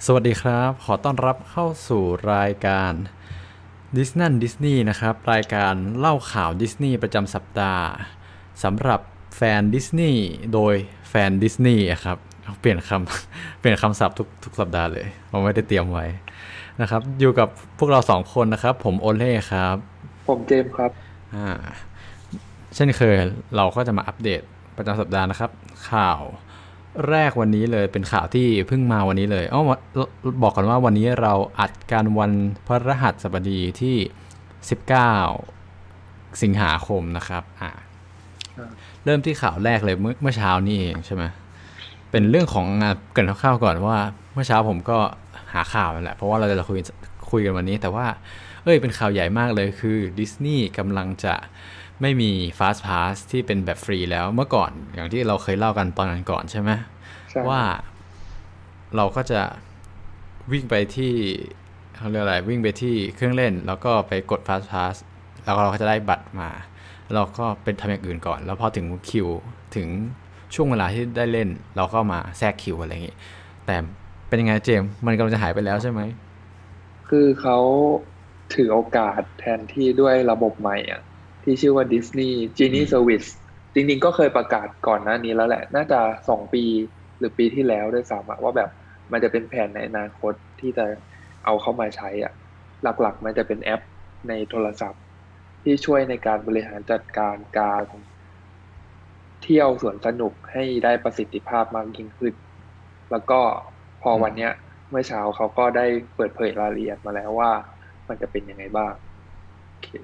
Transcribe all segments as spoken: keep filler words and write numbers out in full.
สวัสดีครับขอต้อนรับเข้าสู่รายการดิสนั่นดิสนีย์นะครับรายการเล่าข่าวดิสนีย์ประจำสัปดาห์สำหรับแฟนดิสนีย์โดยแฟนดิสนีย์ครับเปลี่ยนคำเปลี่ยนคำศัพท์ทุกทุกสัปดาห์เลยผมไม่ได้เตรียมไว้นะครับอยู่กับพวกเราสองคนนะครับผมโอเล่ครับผมเจมส์ครับอ่าเช่นเคยเราก็จะมาอัปเดตประจำสัปดาห์นะครับข่าว แรกวันนี้เลยเป็นข่าวที่เพิ่งมาวันนี้เลยอ๋อบอกก่อนว่าวันนี้เราอัดการวันพฤหัสบดีที่สิบเก้าสิงหาคมนะครับอ่าเริ่มที่ข่าวแรกเลยเมื่อเมื่อเช้านี้เองใช่ไหมเป็นเรื่องของเกริ่นคร่าวๆก่อนว่าเมื่อเช้าผมก็หาข่าวนั่นแหละเพราะว่าเราจะคุยคุยกันวันนี้แต่ว่าเอ้ยเป็นข่าวใหญ่มากเลยคือดิสนีย์กำลังจะไม่มี Fast Pass ที่เป็นแบบฟรีแล้วเมื่อก่อนอย่างที่เราเคยเล่ากันตอนนั้นก่อนใช่ไหมใช่ว่าเราก็จะวิ่งไปที่เขาเรียกอะไรวิ่งไปที่เครื่องเล่นแล้วก็ไปกด Fast Pass แล้วเราก็จะได้บัตรมาเราก็เป็นทำอย่างอื่นก่อนแล้วพอถึงคิวถึงช่วงเวลาที่ได้เล่นเราก็มาแทรกคิวอะไรอย่างงี้แต่เป็นยังไงเจมส์มันกำลังจะหายไปแล้วใช่ไหมคือเขาถือโอกาสแทนที่ด้วยระบบใหม่อ่ะที่ชื่อว่า Disney อื Genie ม Service จริงๆก็เคยประกาศก่อนหน้านี้แล้วแหละน่าจะสองปีหรือปีที่แล้วด้วยซ้ำอะว่าแบบมันจะเป็นแผนในอนาคตที่จะเอาเข้ามาใช้อ่ะหลักๆมันจะเป็นแอปในโทรศัพท์ที่ช่วยในการบริหารจัดการการเที่ยวสวนสนุกให้ได้ประสิทธิภาพมากยิ่งขึ้นแล้วก็พออืมวันเนี้ยเมื่อเช้าเขาก็ได้เปิดเผยรายละเอียดมาแล้วว่ามันจะเป็นยังไงบ้างโอเค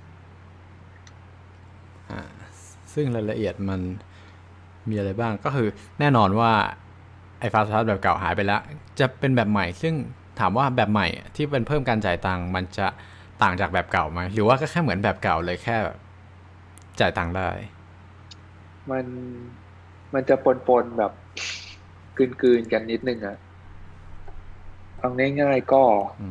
ซึ่งรายละเอียดมันมีอะไรบ้างก็คือแน่นอนว่าไอ้ฟาสต์พาสแบบเก่าหายไปแล้วจะเป็นแบบใหม่ซึ่งถามว่าแบบใหม่ที่เป็นเพิ่มการจ่ายตังค์มันจะต่างจากแบบเก่าไหมหรือว่าก็แค่เหมือนแบบเก่าเลยแค่จ่ายตังค์ได้มันมันจะปนๆแบบกลืนๆกันนิดนึงอ่ะเอาง่ายๆก็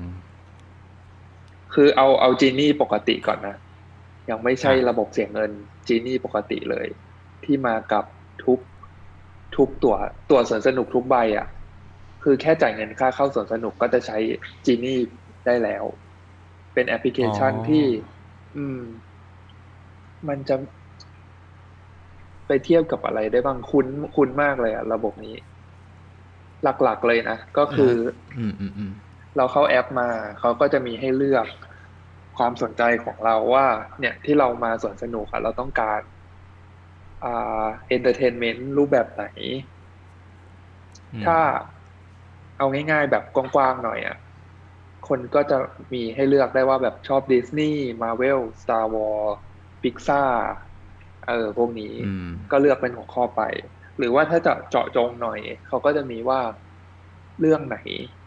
คือเอาเอาจีนี่ปกติก่อนนะยังไม่ใช่อ่ะระบบเสียเงินจีนี่ปกติเลยที่มากับทุกทุกตั๋วตั๋วสวนสนุกทุกใบอ่ะคือแค่จ่ายเงินค่าเข้าสวนสนุกก็จะใช้จีนี่ได้แล้วเป็นแอปพลิเคอ๋อชันที่อืมมันจะไปเทียบกับอะไรได้บ้างคุ้นคุ้นมากเลยอ่ะระบบนี้หลักๆเลยนะก็คือแล้วอืมอืมอืมเราเข้าแอปมาเขาก็จะมีให้เลือกความสนใจของเราว่าเนี่ยที่เรามาสวนสนุกอะเราต้องการอ่าเอนเตอร์เทนเมนต์รูปแบบไหนอืมถ้าเอาง่ายๆแบบกว้างๆหน่อยอ่ะคนก็จะมีให้เลือกได้ว่าแบบชอบดิสนีย์มาเวลสตาร์วอร์พิกซ่าเออพวกนี้อืมก็เลือกเป็นหัวข้อไปหรือว่าถ้าจะเจาะจงหน่อยเขาก็จะมีว่าเรื่องไหน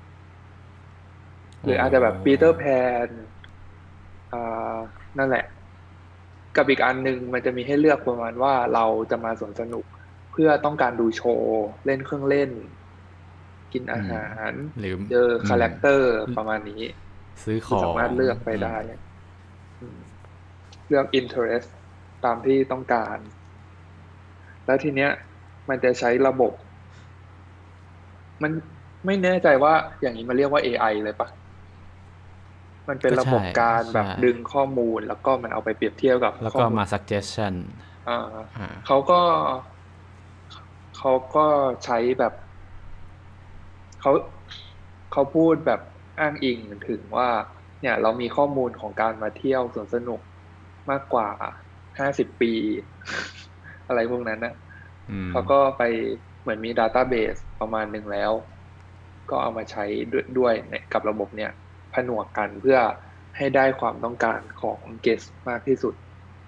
หอ๋อรืออาจจะแบบปีเตอร์แพนอ่านั่นแหละกับอีกอันหนึ่งมันจะมีให้เลือกประมาณว่าเราจะมาสวนสนุกเพื่อต้องการดูโชว์เล่นเครื่องเล่น กินอาอืมหารหรือเจออืมคาแรคเตอร์ประมาณนี้ซื้อขคือสาองมารถเลือกไปอืมได้อืมเลือก interest ตามที่ต้องการแล้วทีเนี้ยมันจะใช้ระบบมันไม่แน่ใจว่าอย่างนี้มันเรียกว่า เอ ไอ เลยปะมันเป็นก็ใช่ระบบการแบบใช่ดึงข้อมูลแล้วก็มันเอาไปเปรียบเทียบกับข้อมูลแล้วก็มา suggestion อ่าอ่าเขาก็เขาก็ใช้แบบเขาเขาพูดแบบอ้างอิงถึงว่าเนี่ยเรามีข้อมูลของการมาเที่ยวสวนสนุกมากกว่าห้าสิบปีอะไรพวกนั้นนะอืมเขาก็ไปเหมือนมีดัตต้าเบสประมาณหนึ่งแล้วก็เอามาใช้ด้วยด้วยเนี่ยกับระบบเนี่ยผนวกกันเพื่อให้ได้ความต้องการของเกสมากที่สุด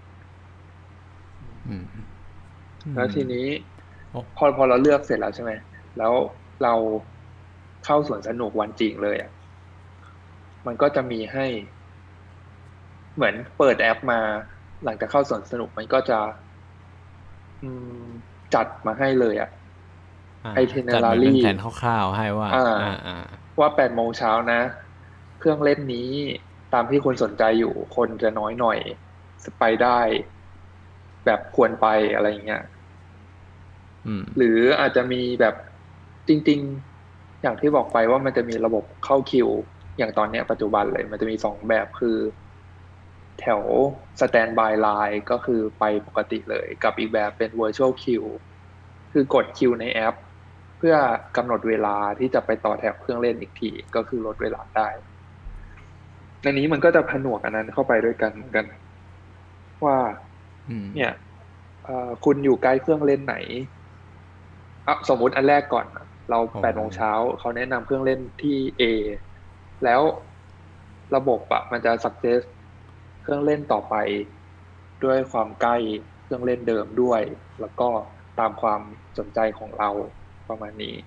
แล้วทีนี้โอ้พอพอเราเลือกเสร็จแล้วใช่ไหมแล้วเราเข้าสวนสนุกวันจริงเลยอ่ะ มันก็จะมีให้เหมือนเปิดแอปมาหลังจากเข้าสวนสนุกมันก็จะอืมจัดมาให้เลยอะอ่าไอเทเนจัดเหมือนเป็นอรารี่แผนคร่าวๆให้ว่าอ่อ่าาอ่าว่าแปดโมงเช้านะเครื่องเล่นนี้ตามที่คุณสนใจอยู่คนจะน้อยหน่อยไปได้แบบควรไปอะไรอย่างเงี้ยอืมหรืออาจจะมีแบบจริงๆอย่างที่บอกไปว่ามันจะมีระบบเข้าคิวอย่างตอนเนี้ยปัจจุบันเลยมันจะมีสองแบบคือแถว standby line ก็คือไปปกติเลยกับอีกแบบเป็น virtual queue คือกดคิวในแอปเพื่อกำหนดเวลาที่จะไปต่อแถวเครื่องเล่นอีกทีก็คือลดเวลาได้ในนี้มันก็จะผนวกอันนั้นเข้าไปด้วยกันเหมือนกันว่าอืมเนี่ยเอ่อคุณอยู่ใกล้เครื่องเล่นไหนอ่ะสมมุติอันแรกก่อนเราโอ้แปดโมงเช้าเขาแนะนำเครื่องเล่นที่ A แล้วระบบอะมันจะ suggest เครื่องเล่นต่อไปด้วยความใกล้เครื่องเล่นเดิมด้วยแล้วก็ตามความสนใจของเราประมาณนี้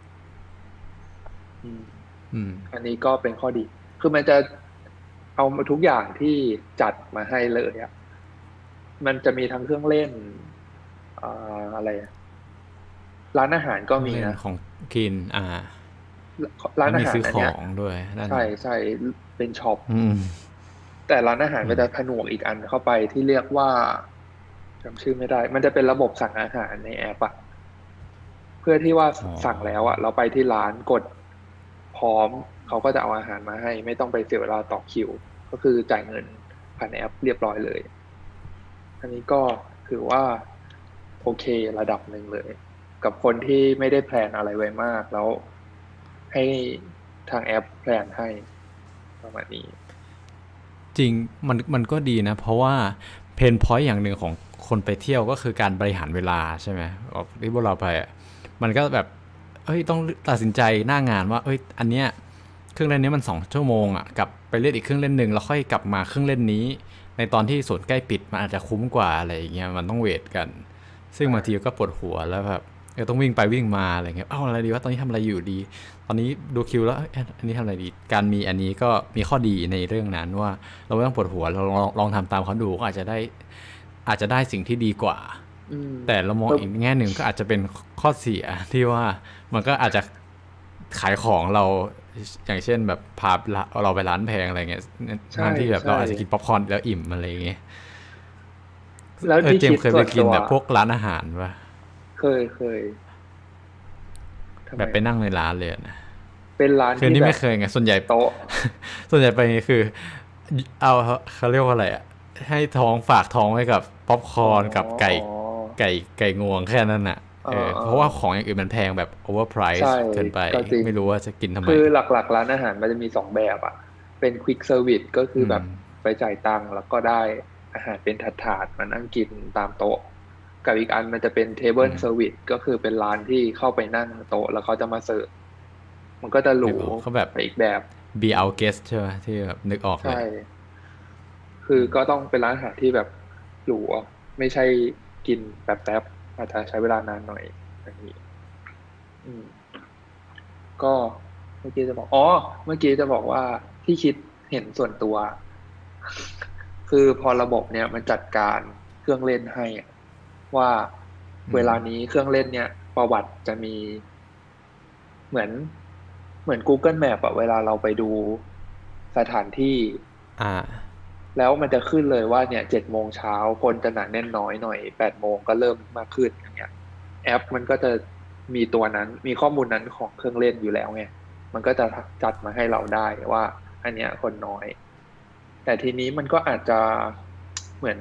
อืมอืมอันนี้ก็เป็นข้อดีคือมันจะเอามาทุกอย่างที่จัดมาให้เลยอะมันจะมีทั้งเครื่องเล่นอ่าอะไรอะ ร้านอาหารก็เครื่องมีนะเล่นของกินอ่าร้านอาแล้วมีซื้อขหารอันเนี้ยองด้วยด้านใช่นี้ใช่เป็นช็อปอืมแต่ร้านอาหารอืมมันจะผนวกอีกอันเข้าไปที่เรียกว่าจำชื่อไม่ได้มันจะเป็นระบบสั่งอาหารในแอปอะเพื่อที่ว่าอ๋อสั่งแล้วอะเราไปที่ร้านกดพร้อมเขาก็จะเอาอาหารมาให้ไม่ต้องไปเสียเวลาต่อคิวก็คือจ่ายเงินผ่านแอปเรียบร้อยเลยอันนี้ก็ถือว่าโอเคระดับหนึ่งเลยกับคนที่ไม่ได้แพลนอะไรไว้มากแล้ว ให้ทางแอปแพลนให้ประมาณนี้จริงมันมันก็ดีนะเพราะว่าเพนพอยต์อย่างหนึ่งของคนไปเที่ยวก็คือการบริหารเวลาใช่ไหมแบบที่พวกเราไปอะมันก็แบบเอ้ยต้องตัดสินใจหน้างานว่าเอ้ยอันเนี้ยเครื่องเล่นนี้มันสองชั่วโมงอ่ะกลับไปเล่นอีกเครื่องเล่นหนึ่งแล้วค่อยกลับมาเครื่องเล่นนี้ในตอนที่สวนใกล้ปิดมันอาจจะคุ้มกว่าอะไรอย่างเงี้ยมันต้องเวทกันซึ่งใช่บางทีก็ปวดหัวแล้วแบบเออต้องวิ่งไปวิ่งมาอะไรเงี้ยเอ้าอะไรดีว่าตอนนี้ทำอะไรอยู่ดี ตอนนี้ดูคิวแล้วอันนี้ทำอะไรดีการมีอันนี้ก็มีข้อดีในเรื่องนั้นว่าเราไม่ต้องปวดหัวเราลองลองทำตามเขาดูก็อาจจะได้อาจจะได้สิ่งที่ดีกว่าอืมแต่เรามองแล้วอีกแง่หนึ่งก็อาจจะเป็นข้อเสียที่ว่ามันก็อาจจะขายของเราอย่างเช่นแบบพาเราไปร้านแพงอะไรเงี้ยใช่ทั้งที่แบบใช่เราอาจจะกินป๊อปคอร์นแล้วอิ่มอะไรเงี้ยแล้วเออที่คิดเจมส์เคยไปส่วนตัวกินแบบพวกร้านอาหารปะเคยเคยทำไมแบบไปนั่งในร้านเลยนะเป็นร้านคือนี่ที่แบบไม่เคยไงส่วนใหญ่โต๊ะส่วนใหญ่ไปคือเอาเขาเรียกว่าอะไรอ่ะให้ท้องฝากท้องไว้กับป๊อปคอ๋ออร์นกับไก่อ๋อไก่ไก่งวงแค่นั้นอ่ะเออเออเออเพราะว่าของอย่างอื่นมันแพงแบบโอเวอร์ไพรใช่ซ์เกินไปก็จริงไม่รู้ว่าจะกินทำไมคือหลักๆร้านอาหารมันจะมีสองแบบอ่ะเป็นควิกเซอร์วิสก็คืออืมแบบไปจ่ายตังค์แล้วก็ได้อาหารเป็นถาดๆมานั่งกินตามโต๊ะกับอีกอันมันจะเป็นเทเบิอืมลเซอร์วิสก็คือเป็นร้านที่เข้าไปนั่งโต๊ะแล้วเขาจะมาเสิร์ฟ มันก็จะหรูนึกออกเขาแบบไปอีกแบบ be อืม our guest ใช่ไหมที่แบบนึกออกใช่เลยคือก็ต้องเป็นร้านอาหารที่แบบหรูอะไม่ใช่กินแป๊บๆอาจจะใช้เวลานานหน่อยอย่างนี้อืมก็เมื่อกี้จะบอกอ๋อเมื่อกี้จะบอกว่าที่คิดเห็นส่วนตัวคือพอระบบเนี่ยมันจัดการเครื่องเล่นให้อะว่าเวอืมลานี้เครื่องเล่นเนี่ยประวัติจะมีเหมือนเหมือน Google Map อะเวลาเราไปดูสถานที่อ่าแล้วมันจะขึ้นเลยว่าเนี่ยเจ็ดโมงเช้าคนจะหนาแน่นน้อยหน่อยแปดโมงก็เริ่มมากขึ้นอย่างเงี้ยแอปมันก็จะมีตัวนั้นมีข้อมูลนั้นของเครื่องเล่นอยู่แล้วไงมันก็จะจัดมาให้เราได้ว่าอันเนี้ยคนน้อยแต่ทีนี้มันก็อาจจะเหมือน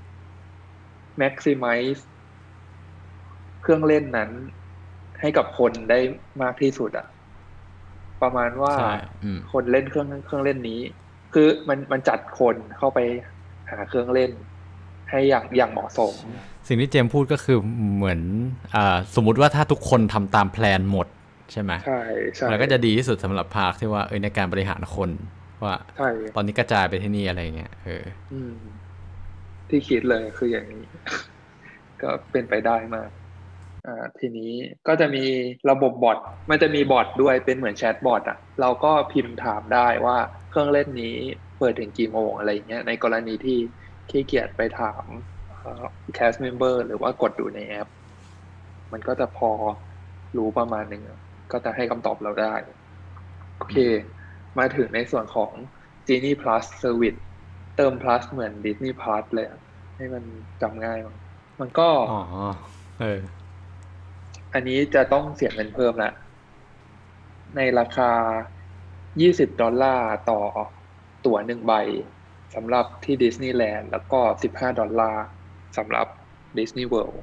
maximize เครื่องเล่นนั้นให้กับคนได้มากที่สุดอะประมาณว่าใช่อืมคนเล่นเครื่องเครื่องเล่นนี้คือมันมันจัดคนเข้าไปหาเครื่องเล่นให้อย่างอย่างเหมาะสมสิ่งที่เจมส์พูดก็คือเหมือนอ่าสมมุติว่าถ้าทุกคนทำตามแพลนหมดใช่ไหมใช่ใช่มันก็จะดีที่สุดสำหรับภาคที่ว่าเออในการบริหารคนว่าใช่ตอนนี้กระจายไปที่นี่อะไรเงี้ยเอออืมที่คิดเลยคืออย่างนี้ก็เป็นไปได้มากอ่าทีนี้ก็จะมีระบบบอทมันจะมีบอทด้วยเป็นเหมือนแชทบอทอ่ะเราก็พิมพ์ถามได้ว่าเครื่องเล่นนี้เปิดถึงกี่โมงอะไรเงี้ยในกรณีที่ขี้เกียจไปถามแคสเมมเบอร์หรือว่ากดดูในแอป มันก็จะพอรู้ประมาณหนึ่งอะก็จะให้คำตอบเราได้ โอเค มาถึงในส่วนของ Genie Plus Service เติม plus เหมือน Disney Plus เลยอะให้มันจำง่ายมั้งมันก็อ๋อเอออันนี้จะต้องเสียเงินเพิ่มละในราคายี่สิบดอลลาร์ต่อตั๋วหนึ่งใบสำหรับที่ดิสนีย์แลนด์แล้วก็สิบห้าดอลลาร์สำหรับดิสนีย์เวิลด์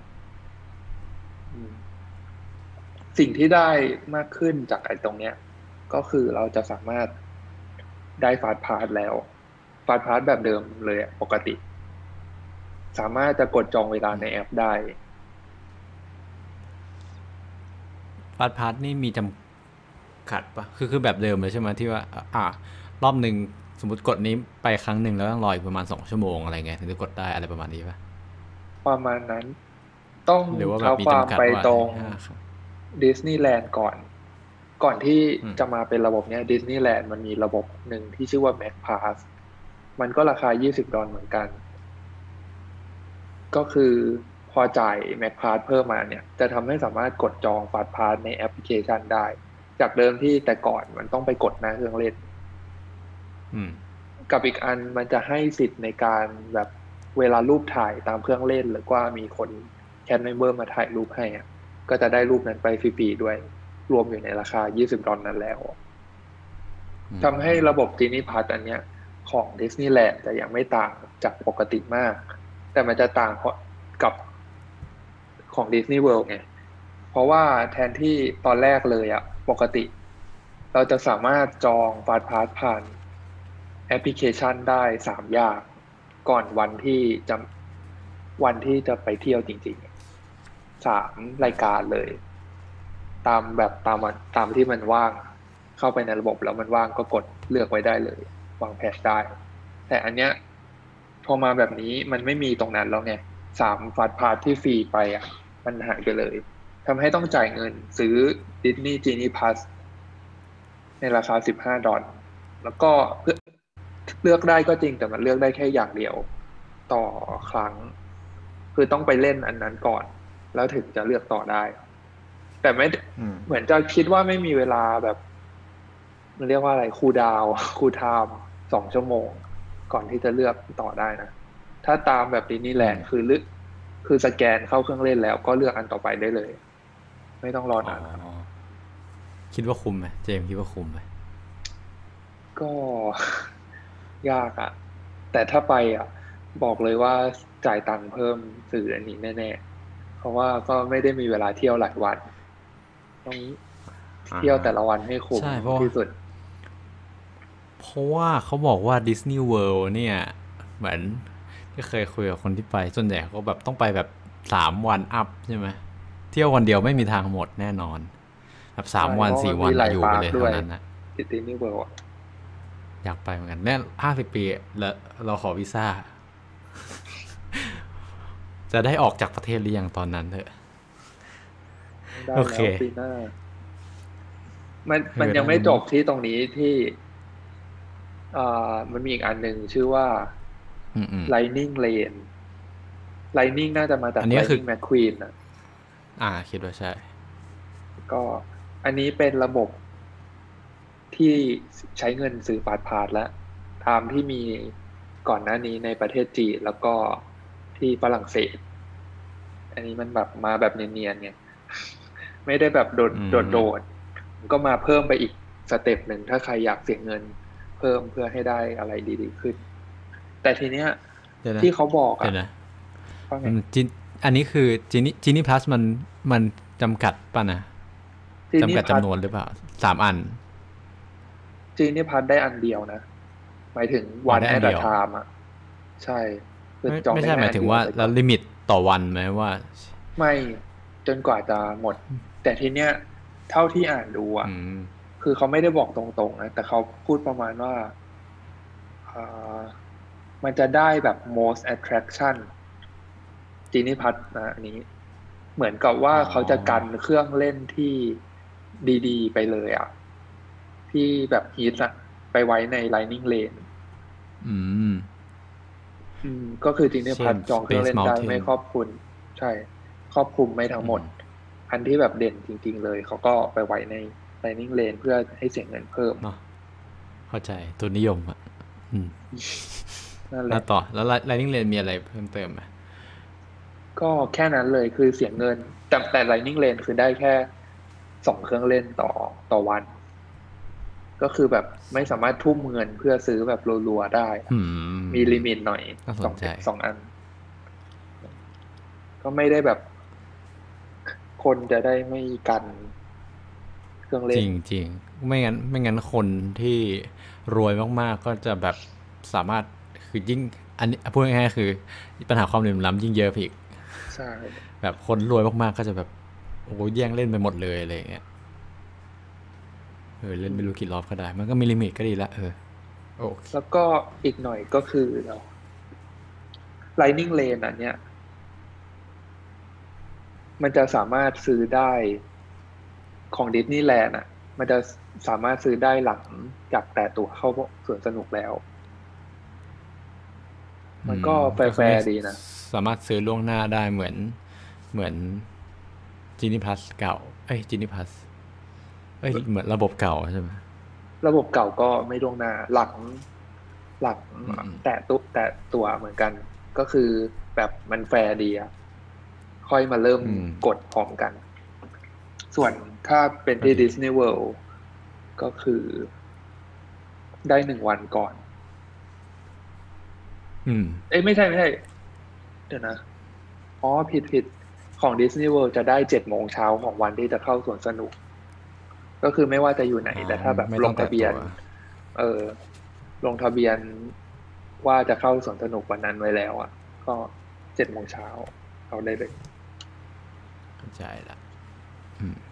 สิ่งที่ได้มากขึ้นจากไอ้ตรงเนี้ยก็คือเราจะสามารถได้ฟาสต์พาสแล้วฟาสต์พาสแบบเดิมเลยอะปกติ สามารถจะกดจองเวลาในแอปได้ฟาสต์พาสนี่มีจำกัดปะคือคือแบบเดิมเลยใช่ไหมที่ว่าอ่ารอบหนึ่งสมมติกดนี้ไปครั้งหนึ่งแล้วต้องรออีกประมาณสองชั่วโมงอะไรเงี้ยถึงจะกดได้อะไรประมาณนี้ปะประมาณนั้น ต้องหรือว่าแบเท้าบมีความไปจำกัดว่าตรงอ่าครับดิสนีย์แลนด์ก่อน ก่อนที่อืมจะมาเป็นระบบเนี้ยดิสนีย์แลนด์มันมีระบบหนึ่งที่ชื่อว่า Max Pass มันก็ราคายี่สิบดอลลาร์เหมือนกัน ก็คือพอจ่าย Max Pass เพิ่มมาเนี่ย จะทำให้สามารถกดจอง Fast Pass ในแอปพลิเคชันได้ จากเดิมที่แต่ก่อนมันต้องไปกดหน้าเครื่องเล่นอืมกับอีกอันมันจะให้สิทธิ์ในการแบบเวลารูปถ่ายตามเครื่องเล่นหรือว่ามีคนแคสเมมเบอร์มาถ่ายรูปให้อะก็จะได้รูปนั้นไปฟรีๆด้วย รวมอยู่ในราคายี่สิบดอลลาร์นั้นแล้วทำให้ระบบจีนี่พาสอันเนี้ยของดิสนีย์แลนด์จะยังไม่ต่างจากปกติมาก แต่มันจะต่างกับของดิสนีย์เวิลด์ไงเพราะว่าแทนที่ตอนแรกเลยอะปกติ เราจะสามารถจองฟาสต์พาสผ่านแอปพลิเคชันได้สามอย่างก่อนวันที่จะวันที่จะไปเที่ยวจริงๆสามรายการเลย ตามแบบตามวันตามที่มันว่างเข้าไปในระบบแล้วมันว่างก็กดเลือกไว้ได้เลยวางแผนได้ แต่อันเนี้ยพอมาแบบนี้มันไม่มีตรงนั้นแล้วไงสามฟาสต์พาสที่ฟรีไปอ่ะมันหายไปเลยทำให้ต้องจ่ายเงินซื้อ Disney Genie Plus ในราคาสิบห้าดอลลาร์แล้วก็เลือกเลือกได้ก็จริงแต่มันเลือกได้แค่อย่างเดียวต่อครั้ง คือต้องไปเล่นอันนั้นก่อน แล้วถึงจะเลือกต่อได้ แต่ไม่อืมเหมือนจะคิดว่าไม่มีเวลาแบบมันเรียกว่าอะไรคูลดาวน์คูลไทม์สองชั่วโมง ก่อนที่จะเลือกต่อได้นะ ถ้าตามแบบดิสนีย์แลอืมนด์คือลึกคือสแกนเข้าเครื่องเล่นแล้วก็เลือกอันต่อไปได้เลย ไม่ต้องรออ๋อนานครับคิดว่าคุ้มไหมเจมส์คิดว่าคุ้มไหมก็ยากอะแต่ถ้าไปอะบอกเลยว่าจ่ายตังค์เพิ่มสื่ออันนี้แน่ๆเพราะว่าก็ไม่ได้มีเวลาเที่ยวหลายวันต้องอ่าเที่ยวแต่ละวันให้คุ้มใช่เพราะที่สุดเพราะว่าเขาบอกว่าดิสนีย์เวิลด์เนี่ยเหมือนที่เคยคุยกับคนที่ไปส่วนใหญ่เขาแบบต้องไปแบบสามวันอัพใช่ไหมเที่ยววันเดียวไม่มีทางหมดแน่นอนแบบสาใช่มวันเพราะมันมีสี่วันหลายปาอะอยู่ไปเลยร์คด้วยเท่านั้นนะดิสนีย์เวิลด์อยากไปเหมือนกันแน่ห้าสิบปีแล้วเราขอวีซ่าจะได้ออกจากประเทศหรือยังตอนนั้นเถอะได้โอเคแล้วปีหน้ามันเอมันยังไม่อถ้างั้นจบที่ตรงนี้ที่อ่ามันมีอีกอันหนึ่งชื่อว่าอืมอืม Lightning Lane Lightning น่าจะมาจากอันนี้ก็คือ Lightning McQueen นะอ่าคิดว่าใช่ก็อันนี้เป็นระบบที่ใช้เงินซื้อฟาสต์พาสแล้วตามที่มีก่อนหน้านี้ในประเทศจีนแล้วก็ที่ฝรั่งเศสอันนี้มันแบบมาแบบเนียนๆไงไม่ได้แบบโดดอืโดดโดมดมันก็มาเพิ่มไปอีกสเต็ปหนึ่งถ้าใครอยากเสียเงินเพิ่มเพื่อให้ได้อะไรดีๆขึ้นแต่ทีเนี้ยเดี๋ยวนะที่เขาบอกอ่ะเดี๋ยวนะว่าไงมันจินอันนี้คือจินี่จินี่พลัสมันมันจำกัดป่ะนะจีนี่จำกัดพัทจำนวนหรือเปล่าสามอันจีนี่พัทได้อันเดียวนะหมายถึงอ๋อ one ได้อัน at a เดียว time อ่ะใช่คือไม่จองไม่ใช่หมายได้แค่อันถึงว่าแล้วเดียวไปก่อนลิมิตต่อวันไหมว่าไม่จนกว่าจะหมดแต่ทีเนี้ยเท่าที่อ่านดูอ่ะอืมคือเขาไม่ได้บอกตรงๆนะแต่เขาพูดประมาณว่าอ่ามันจะได้แบบ most attraction จีนี่พัทนะอันนี้เหมือนกับว่าอ๋เขาจะกันอเครื่องเล่นที่ดีๆไปเลยอ่ะที่แบบฮิตอ่ะไปไว้ใน Lightning Lane อืมอืมก็คือจีนี่เช่นพัทจองเครื่อง Space เล่นได้ไม่ Mountain ครอบคลุมใช่ครอบคลุมไม่ทั้งหมดอืมอันที่แบบเด่นจริงๆเลยเขาก็ไปไว้ใน Lightning Lane เพื่อให้เสียเงินเพิ่มเนาะเข้าใจตัวนิยมอ่ะอืมนั่นแหละแล้วต่อแล้ว Lightning Lane มีอะไรเพิ่มเติมไหมก็แค่นั้นเลยคือเสียเงินแต่แต่ Lightning Lane คือได้แค่สองเครื่องเล่นต่อต่อวันก็คือแบบไม่สามารถทุ่มเงินเพื่อซื้อแบบรัวๆได้อะอืมีมลิมิตหน่อยน่าสนใจสองสองอันก็ไม่ได้แบบคนจะได้ไม่กันเครื่องจเล่นริงจริงไม่งั้นไม่งั้นคนที่รวยมากๆก็จะแบบสามารถคือยิ่งอันนี้พูดง่ายๆคือปัญหาความเหลื่อมล้ำยิ่งเยอะไปอีกใช่แบบคนรวยมากๆก็จะแบบโอ้โหแย่งเล่นไปหมดเลยอะไรอย่างเงี้ยเออเล่อืมนไม่รู้กี่รอบก็ได้มันก็มีลิมิตก็ดีละเออโอเคแล้วก็อีกหน่อยก็คือ Lightning Lane อันเนี้ยมันจะสามารถซื้อได้ของดิสนีย์แลนด์อ่ะมันจะสามารถซื้อได้หลังจากแต่ตั๋วเข้าสวนสนุกแล้วอืมันก็มแฟก็คือไม่ร์ๆดีนะสามารถซื้อล่วงหน้าได้เหมือนเหมือนจีนี่พลัสเก่าเอ้ยจีนี่พลัสเอ้ยเหมือนระบบเก่าใช่ไหมระบบเก่าก็ไม่ล่วงหน้าหลังหลังอืมแต่ตุ๊แต่ตั๋วเหมือนกันก็คือแบบมันแฟร์ดีอะค่อยมาเริ่มอืมกดพร้อมกันส่วนถ้าเป็นที่ก็ดีดิสนีย์เวิลด์ก็คือได้หนึ่งวันก่อนอืมเอ้ยไม่ใช่ไม่ใช่เดี๋ยวนะอ๋อผิดผิดของดิสนีย์เวิลด์จะได้เจ็ดโมงเช้าของวันที่จะเข้าสวนสนุกก็คือไม่ว่าจะอยู่ไหนอ๋อแต่ถ้าแบบไม่ลต้องแตะตัวงทะเบียนเออลงทะเบียนว่าจะเข้าสวนสนุกวันนั้นไว้แล้วอ่ะก็เจ็ดโมงเช้าเอาได้เลยเข้าใจละอืม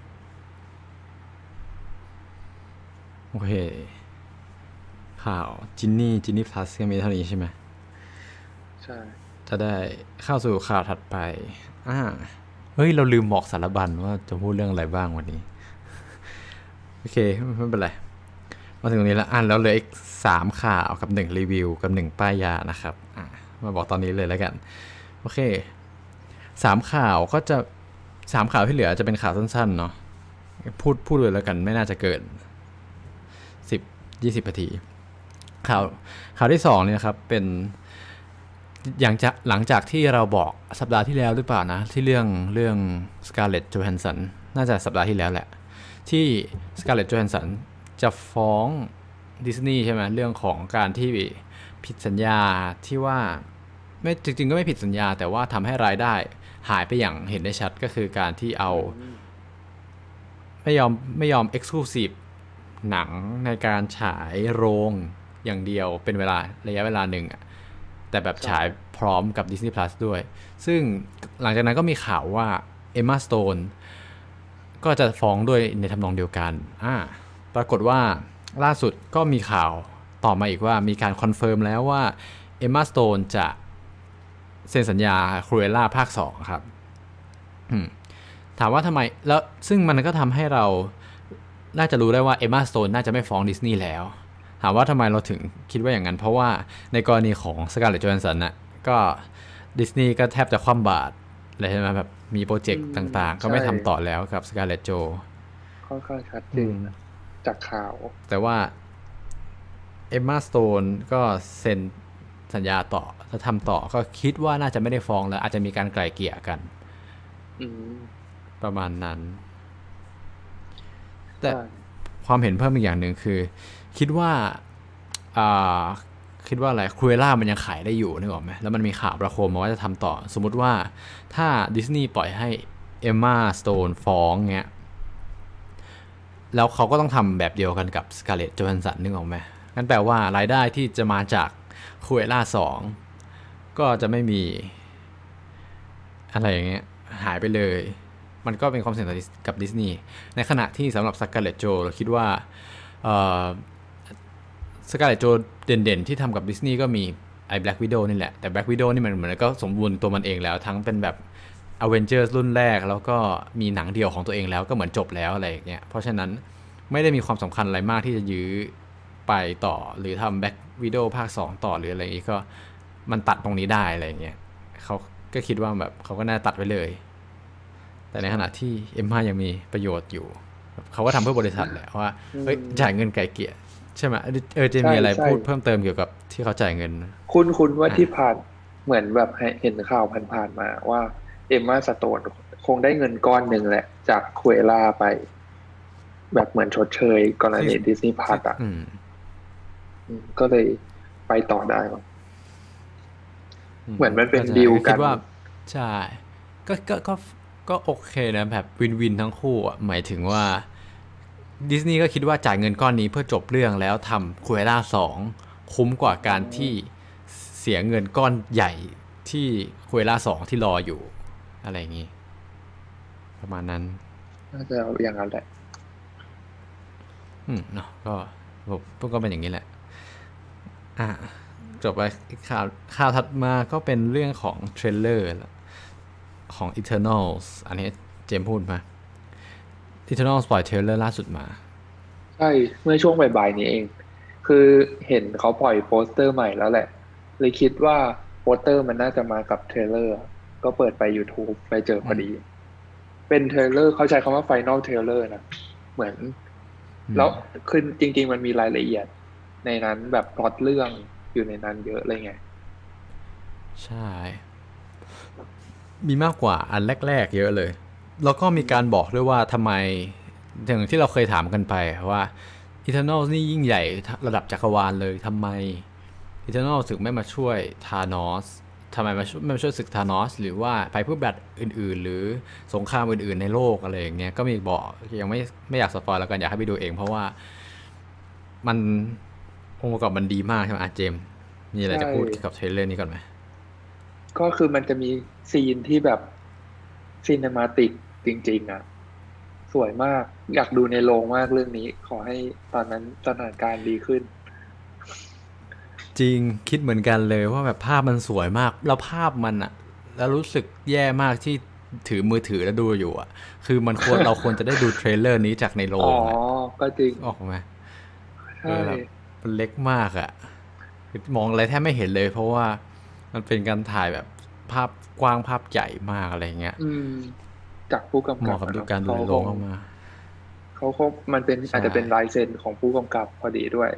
โอเคข่าวจินนี่จินนี่พลัสก็มีเท่านี้ใช่ไหมใช่จะได้เข้าสู่ข่าวถัดไปอ่าเฮ้ยเราลืมบอกสารบัญว่าจะพูดเรื่องอะไรบ้างวันนี้โอเคไม่เป็นไรมาถึงตรงนี้แล้วอ่านแล้วเหลืออีกสามข่าวกับหนึ่งรีวิวกับหนึ่งป้ายยานะครับอ่ามาบอกตอนนี้เลยแล้วกันโอเคสามข่าวก็จะสามข่าวที่เหลือจะเป็นข่าวสั้นๆเนาะพูดพูดเลยแล้วกันไม่น่าจะเกินสิบยี่สิบนาทีข่าวข่าวที่สองเนี่ยนะครับเป็น อย่างจะหลังจากที่เราบอกสัปดาห์ที่แล้วหรือเปล่านะที่เรื่องเรื่อง Scarlett Johansson น่าจะสัปดาห์ที่แล้วแหละที่ Scarlett Johansson จะฟ้องดิสนีย์ใช่ไหมเรื่องของการที่ผิดสัญญาที่ว่าไม่จริงๆก็ไม่ผิดสัญญาแต่ว่าทำให้รายได้หายไปอย่างเห็นได้ชัดก็คือการที่เอาอืมไม่ยอมไม่ยอม Exclusive หนังในการฉายโรงอย่างเดียวเป็นเวลาระยะเวลาหนึ่งอะ แต่แบบใช่ฉายพร้อมกับ Disney Plus ด้วย ซึ่งหลังจากนั้นก็มีข่าวว่า Emma Stone ก็จะฟ้องด้วยในทำนองเดียวกันอ่าปรากฏว่าล่าสุดก็มีข่าวต่อมาอีกว่ามีการคอนเฟิร์มแล้วว่า Emma Stone จะเซ็นสัญญา Cruella ภาคสองครับถามว่าทำไมแล้วซึ่งมันก็ทำให้เราน่าจะรู้ได้ว่า Emma Stone น่าจะไม่ฟ้องดิสนีย์แล้ว ถามว่าทำไมเราถึงคิดว่าอย่างนั้นเพราะว่าในกรณีของ Scarlett Johansson น่ะก็ดิสนีย์ก็แทบจะคว่ำบาตรเลยใช่ไหมแบบมีโปรเจอืกต์มต่างๆก็ใช่ไม่ทำต่อแล้วกับ Scarlett Jo ค่อนข้างชัดเจอืมนนะจากข่าวแต่ว่า Emma Stone ก็เซ็นสัญญาต่อถ้าทำต่อก็คิดว่าน่าจะไม่ได้ฟ้องแล้วอาจจะมีการไกล่เกลี่ยกันอืมประมาณนั้นแต่ใช่ความเห็นเพิ่มอีกอย่างหนึ่งคือคิดว่าอ่า คิดว่าอะไรครูเอล่ามันยังขายได้อยู่นึกออกไหมแล้วมันมีข่าวประโคมมาว่าจะทำต่อสมมุติว่าถ้าดิสนีย์ปล่อยให้เอมมาสโตนฟ้องเงี้ยแล้วเขาก็ต้องทำแบบเดียวกันกับสกาเลตโจแฮนสันนึกออกไหมงั้นแปลว่ารายได้ที่จะมาจากครูเอล่าสองก็จะไม่มีอะไรอย่างเงี้ยหายไปเลยมันก็เป็นความเสี่ยงกับดิสนีย์ในขณะที่สำหรับสกาเลตโจเราคิดว่าสกาเลตโจเด่นๆที่ทำกับดิสนีย์ก็มีไอ้ Black Widow นี่แหละแต่ Black Widow นี่มันเหมือนก็สมบูรณ์ตัวมันเองแล้วทั้งเป็นแบบ Avengers รุ่นแรกแล้วก็มีหนังเดี่ยวของตัวเองแล้วก็เหมือนจบแล้วอะไรอย่างเงี้ยเพราะฉะนั้นไม่ได้มีความสำคัญอะไรมากที่จะยื้อไปต่อหรือทำ Black Widow ภาคสองต่อหรืออะไรอย่างงี้ก็มันตัดตรงนี้ได้อะไรอย่างเงี้ยเขาก็คิดว่าแบบเขาก็น่าตัดไว้เลยแต่ในขณะใช่ที่เอ็มห้ายังมีประโยชน์อยู่เขาก็ทำเพื่อบริษัทแหละว่าอืเฮ้ยมจ่ายเงินไก่เกลี่ยใช่ไหมเออจะใช่มีอะไรใช่พูดเพิ่มเติมเกี่ยวกับที่เขาจ่ายเงินคุณคุณว่าอ่าที่ผ่านเหมือนแบบให้เห็นข่าวผ่านๆมาว่าเอมมาสโตนคงได้เงินก้อนหนึ่งแหละจากคุเอล่าไปแบบเหมือนชดเชยกรที่ณีดิสนีย์พที่ s อ่ะอืมอืมก็เลยไปต่อได้มั้งอืมเหมือนมันเป็นก็จะดีลกันก็คิดว่าใช่ก็ก็ก็ก็โอเคนะแบบวินวินทั้งคู่อ่ะหมายถึงว่าดิสนีย์ก็คิดว่าจ่ายเงินก้อนนี้เพื่อจบเรื่องแล้วทำคูเอล่าสองคุ้มกว่าการที่เสียเงินก้อนใหญ่ที่คูเอล่าสองที่รออยู่อะไรอย่างงี้ประมาณนั้นน่าจะอย่างนั้นแหละอืมเนาะก็ผมพวกก็เป็นอย่างนี้แหละอ่ะจบไปข่าวข่าวถัดมาก็เป็นเรื่องของเทรลเลอร์ของ Eternals อันนี้เจมส์พูดมา Eternals ปล่อยเทรลเลอร์ล่าสุดมาใช่เมื่อช่วงบ่ายๆนี้เองคือเห็นเขาปล่อยโปสเตอร์ใหม่แล้วแหละเลยคิดว่าโปสเตอร์มันน่าจะมากับเทรลเลอร์ก็เปิดไป YouTube ไปเจอพอดีเป็นเทรลเลอร์เขาใช้คำว่า Final Trailer นะเหมือนแล้วคือจริงๆมันมีรายละเอียดในนั้นแบบพล็อตเรื่องอยู่ในนั้นเยอะเลยไงใช่ มีมากกว่าอันแรกๆเยอะเลย แล้วก็มีการบอกด้วยว่าทำไมอย่างที่เราเคยถามกันไปว่า Eternals นี่ยิ่งใหญ่ระดับจักรวาลเลยทำไม Eternals ถึงไม่มาช่วยธานอสทำไมมาช่วยไม่มาช่วยศึกธานอสหรือว่าภัยพิบัติอื่นๆหรือสงครามอื่นๆในโลกอะไรอย่างเงี้ยก็มีบอกยังไม่ไม่อยากสปอยแล้วกันอยากให้ไปดูเองเพราะว่ามันองค์ประกอบมันดีมากใช่ไหมอาเจมส์มีอะไรใช่จะพูดเกี่ยวกับเทรลเลอร์นี้ก่อนไหมก็คือมันจะมีซีนที่แบบซีน e มาติกจริงๆอ่ะ สวยมากอยากดูในโรงมากเรื่องนี้ขอให้ตอนนั้นสถานการณ์ดีขึ้นจริงคิดเหมือนกันเลยว่าแบบภาพมันสวยมากแล้วภาพมันอะแล้วรู้สึกแย่มากที่ถือมือถือแล้วดูอยู่อะคือมันควรเราควรจะได้ดูเทรลเลอร์นี้จากในโรอ๋องอะก็จริงออกไหมเอใช่อแบบมันเล็กมากอะคือมองอะไรแทบไม่เห็นเลยเพราะว่ามันเป็นการถ่ายแบบภาพกว้างภาพใหญ่มากอะไรเงี้ยอืมจากผู้เหกำกับมาะกับดูอะเนาะการดูในโรเขาคงงมากเขาคงมันเป็นๆใช่อาจจะเป็นลายเซ็นของผู้กำกับพอดีด้วย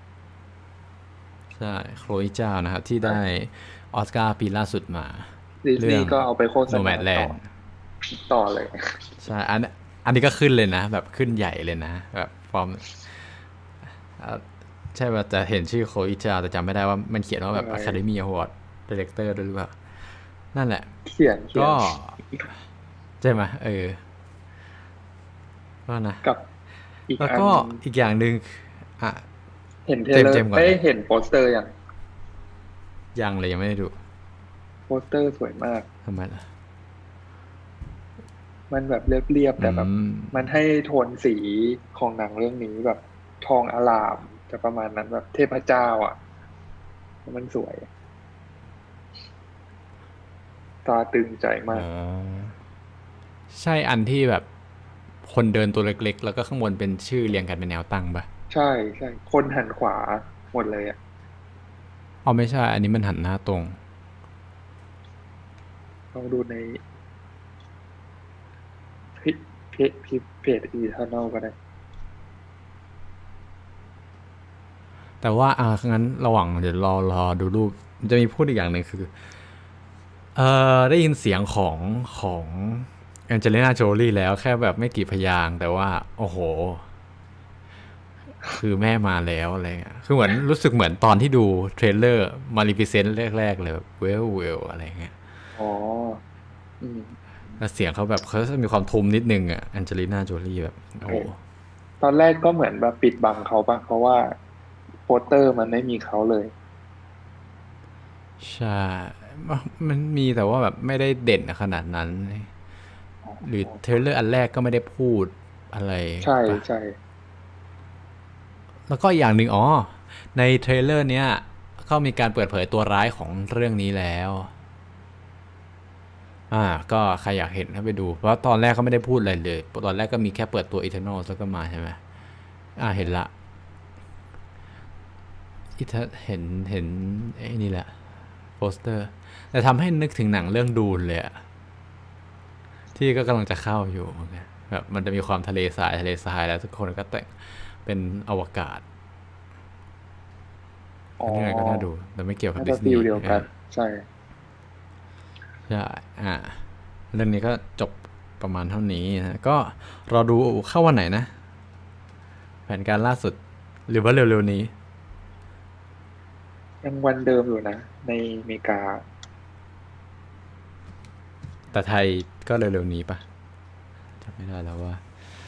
ใช่โคลอีเจ้านะครับที่ได้นะออสการ์ปีล่าสุดมาดิสนีเรื่องย์ก็เอาไปโฆษณาต่อ Nomadland ต่อเลยใช่อันอันนี้ก็ขึ้นเลยนะแบบขึ้นใหญ่เลยนะแบบฟอร์มใช่ว่าจะเห็นชื่อโคอิจาแต่จำไม่ได้ว่ามันเขียนว่าแบบใช่ Academy Award Director ด้วยหรือเปล่านั่นแหละเขียนเขียก็นใช่ไหมเออก็นะกับอีกอันแล้วก็อีกอย่างหนึ่งอ่ะเห็นเทเจมส์เลอร์เจมส์ก่อนเลยเอ้ยเห็นโปสเตอร์อย่างยังเลยยังไม่ได้ดูโปสเตอร์สวยมากทำไมล่ะมันแบบเรียบๆแต่อืแบบมมันให้โทนสีของหนังเรื่องนี้แบบทองอลามจะประมาณนั้นแบบเทพเจ้าอ่ะมันสวยตาตึงใจอ๋มากอใช่อันที่แบบคนเดินตัวเล็กๆแล้วก็ข้างบนเป็นชื่อเรียงกันเป็นแนวตั้งปะใช่ใช่คนหันขวาหมดเลยอ่ะอ๋อไม่ใช่อันนี้มันหันหน้าตรงลองดูในเพจเพจเพจอีเทอร์นลก็ได้แต่ว่าอ่างั้นระหว่างเดี๋ยวรอรอดูรูปมันจะมีพูดอีกอย่างหนึ่งคือเอ่อได้ยินเสียงของของแองเจลิน่าโจลี่แล้วแค่แบบไม่กี่พยางค์แต่ว่าโอ้โหคือแม่มาแล้วอะไรเงี้ยคือเหมือนรู้สึกเหมือนตอนที่ดูเทรลเลอร์มาริฟิเซนต์แรกๆเลยแบบเวลเวลอะไรเงี้ยอ๋ออืมแล้วเสียงเขาแบบเขาจะมีความทุ้มนิดนึงอ่ะแองเจลิน่าโจลี่แบบโอ้โอเคตอนแรกก็เหมือนแบบปิดบังเขาปะเพราะว่าโปสเตอร์มันไม่มีเขาเลยใช่มันมีแต่ว่าแบบไม่ได้เด่นขนาดนั้นอ๋หรืออเทรลเลอร์อันแรกก็ไม่ได้พูดอะไรใช่ปะใช่แล้วก็อีกอย่างหนึ่งอ๋อในเทรลเลอร์เนี้ยก็มีการเปิดเผยตัวร้ายของเรื่องนี้แล้วอ่าก็ใครอยากเห็นให้ไปดูเพราะตอนแรกเขาไม่ได้พูดอะไรเลยตอนแรกก็มีแค่เปิดตัว Eternal แล้วก็มาใช่ไหมอ่าเห็นละอีเทเห็นเห็นไอ้นี่แหละโปสเตอร์แต่ทำให้นึกถึงหนังเรื่องดูนเลยอะที่ก็กำลังจะเข้าอยู่เหมือนกันแบบมันจะมีความทะเลทรายทะเลทรายแล้วทุกคนก็แต่งเป็นอวกาศอ๋ออันนี้ก็น่าดูแต่ไม่เกี่ยวกับน่าจะฟิลดิสนีย์เดียวกันใช่ใช่อ่า เรื่องนี้ก็จบประมาณเท่านี้นะก็รอดูเข้าวันไหนนะแผนการล่าสุดหรือว่าเร็วๆนี้ยังวันเดิมอยู่นะในอเมริกาแต่ไทยก็เร็วๆนี้ปะจำไม่ได้แล้วว่า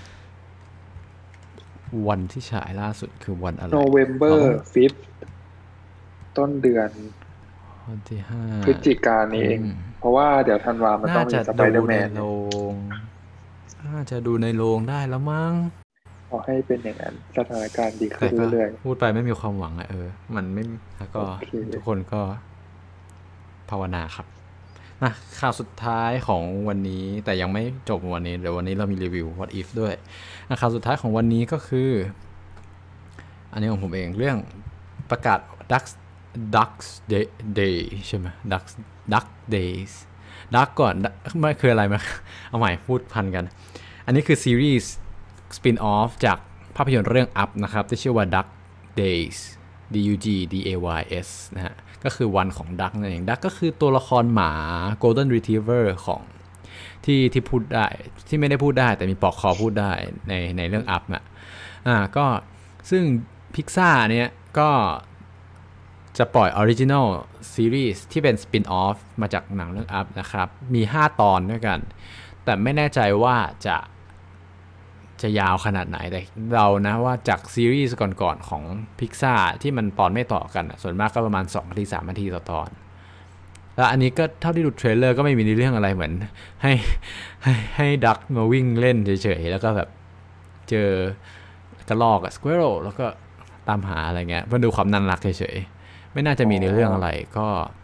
วันที่ฉายล่าสุดคือวันอะไรเรา November ต้อง fifth ต้นเดือนวันที่ห้าพฤศจิกายนนี้เองอืมเพราะว่าเดี๋ยวธันวามันต้อน่างมีจะสไปดูเดอร์แมในโรนเนี่ยงน่าจะดูในโรงได้แล้วมั้งขอให้เป็นอย่างนั้นสถานการณ์ดีขึ้แต่นก็เรื่อยพูดไปไม่มีความหวังอะเออ มันไม่แล้วๆโอก็เคทุกคนก็ภาวนาครับนะข่าวสุดท้ายของวันนี้แต่ยังไม่จบวันนี้เดี๋ยววันนี้เรามีรีวิว What If ด้วยนะข่าวสุดท้ายของวันนี้ก็คือ อันนี้ของผมเองเรื่องประกาศ Duck Ducks Day Day ใช่ไหม Duck Duck Days Duck ก่อนไม่คืออะไรมาเอาใหม่พูดพันกัน อันนี้คือซีรีส์สปินออฟจากภาพยนตร์เรื่อง Up นะครับที่ชื่อว่า Duck Days D U G D A Y S นะฮะก็คือวันของ Duck นั่นเอง Duck ก็คือตัวละครหมา Golden Retriever ของที่ที่พูดได้ที่ไม่ได้พูดได้แต่มีปลอกคอพูดได้ในในเรื่อง Up อ่ะอ่าก็ซึ่งพิกซ่าเนี่ยก็จะปล่อยออริจิน l ลซีรีส์ที่เป็นสปินออฟมาจากหนังเรื่อง Up นะครับมีห้าตอนด้วยกันแต่ไม่แน่ใจว่าจะจะยาวขนาดไหนแต่เรานะว่าจากซีรีส์ก่อนๆของ Pixar ที่มันตอนไม่ต่อกันส่วนมากก็ประมาณสองนาทีสามนาทีต่อตอนแล้วอันนี้ก็เท่าที่ดูเทรลเลอร์ก็ไม่มีเรื่องอะไรเหมือนให้ให้ให้ดักมาวิ่งเล่นเฉยๆแล้วก็แบบเจอกระรอกกับสควอโรลแล้วก็ตามหาอะไรเงี้ยเพื่อดูความน่ารักเฉยๆไม่น่าจะมีเรื่องอะไรก็